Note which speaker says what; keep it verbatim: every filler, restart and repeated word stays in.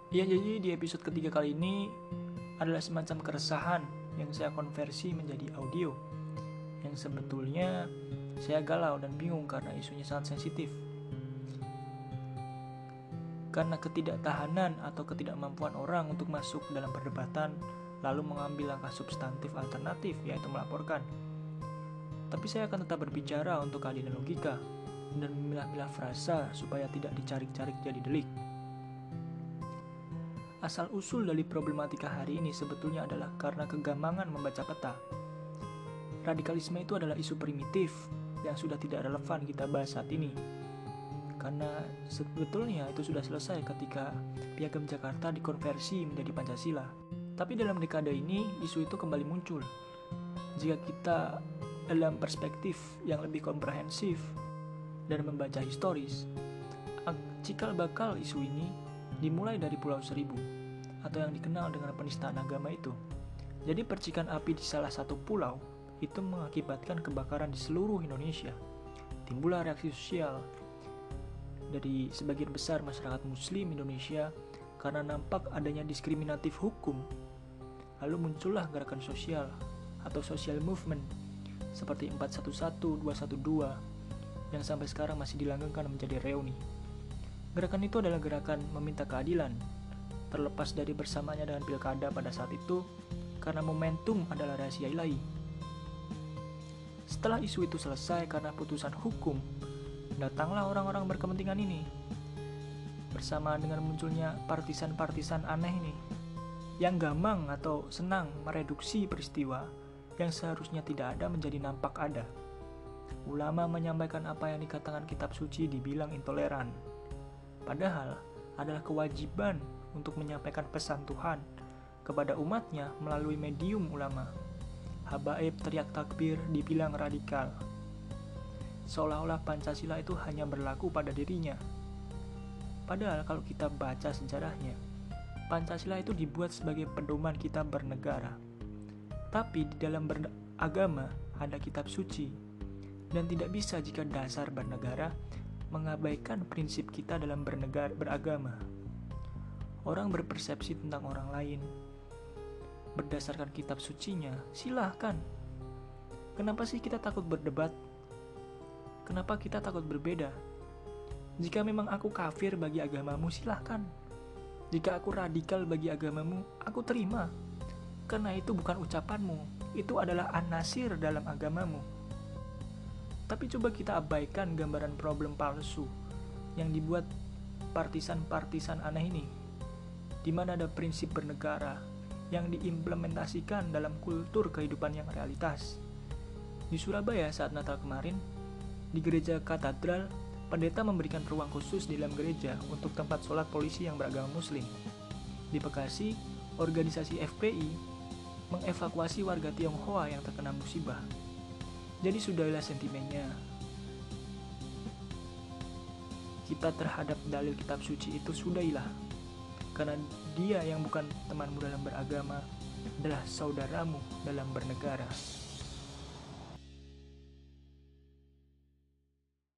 Speaker 1: Ya, jadi di episode ketiga kali ini adalah semacam keresahan yang saya konversi menjadi audio, yang sebetulnya saya galau dan bingung karena isunya sangat sensitif. Karena ketidaktahanan atau ketidakmampuan orang untuk masuk dalam perdebatan lalu mengambil langkah substantif alternatif, yaitu melaporkan. Tapi saya akan tetap berbicara untuk keadilan logika dan memilah-milah frasa supaya tidak dicarik-carik jadi delik. Asal-usul dari problematika hari ini sebetulnya adalah karena kegampangan membaca peta. Radikalisme itu adalah isu primitif yang sudah tidak relevan kita bahas saat ini. Karena sebetulnya itu sudah selesai ketika Piagam Jakarta dikonversi menjadi Pancasila. Tapi dalam dekade ini isu itu kembali muncul. Jika kita dalam perspektif yang lebih komprehensif dan membaca historis, cikal bakal isu ini dimulai dari Pulau Seribu atau yang dikenal dengan penistaan agama itu. Jadi percikan api di salah satu pulau itu mengakibatkan kebakaran di seluruh Indonesia. Timbullah reaksi sosial dari sebagian besar masyarakat muslim Indonesia karena nampak adanya diskriminatif hukum. Lalu muncullah gerakan sosial atau social movement seperti empat satu satu, dua satu dua yang sampai sekarang masih dilanggengkan menjadi reuni. Gerakan itu adalah gerakan meminta keadilan, terlepas dari bersamanya dengan pilkada pada saat itu, karena momentum adalah rahasia ilahi. Setelah isu itu selesai karena putusan hukum, datanglah orang-orang berkepentingan ini, bersamaan dengan munculnya partisan-partisan aneh ini, yang gamang atau senang mereduksi peristiwa yang seharusnya tidak ada menjadi nampak ada. Ulama menyampaikan apa yang dikatakan kitab suci dibilang intoleran. Padahal adalah kewajiban untuk menyampaikan pesan Tuhan kepada umatnya melalui medium ulama. Habaib teriak takbir dibilang radikal. Seolah-olah Pancasila itu hanya berlaku pada dirinya. Padahal kalau kita baca sejarahnya, Pancasila itu dibuat sebagai pedoman kita bernegara. Tapi di dalam beragama ada kitab suci, dan tidak bisa jika dasar bernegara mengabaikan prinsip kita dalam bernegara beragama. Orang berpersepsi tentang orang lain berdasarkan kitab sucinya, silahkan. Kenapa sih kita takut berdebat? Kenapa kita takut berbeda? Jika memang aku kafir bagi agamamu, silahkan. Jika aku radikal bagi agamamu, aku terima. Karena itu bukan ucapanmu, itu adalah an-nasir dalam agamamu. Tapi coba kita abaikan gambaran problem palsu yang dibuat partisan-partisan aneh ini, di mana ada prinsip bernegara yang diimplementasikan dalam kultur kehidupan yang realitas. Di Surabaya saat Natal kemarin, di gereja katedral, pendeta memberikan ruang khusus di dalam gereja untuk tempat sholat polisi yang beragama muslim. Di Bekasi, organisasi F P I mengevakuasi warga Tionghoa yang terkena musibah. Jadi sudahlah sentimennya. Kita terhadap dalil kitab suci itu sudahilah. Karena dia yang bukan temanmu dalam beragama adalah saudaramu dalam bernegara.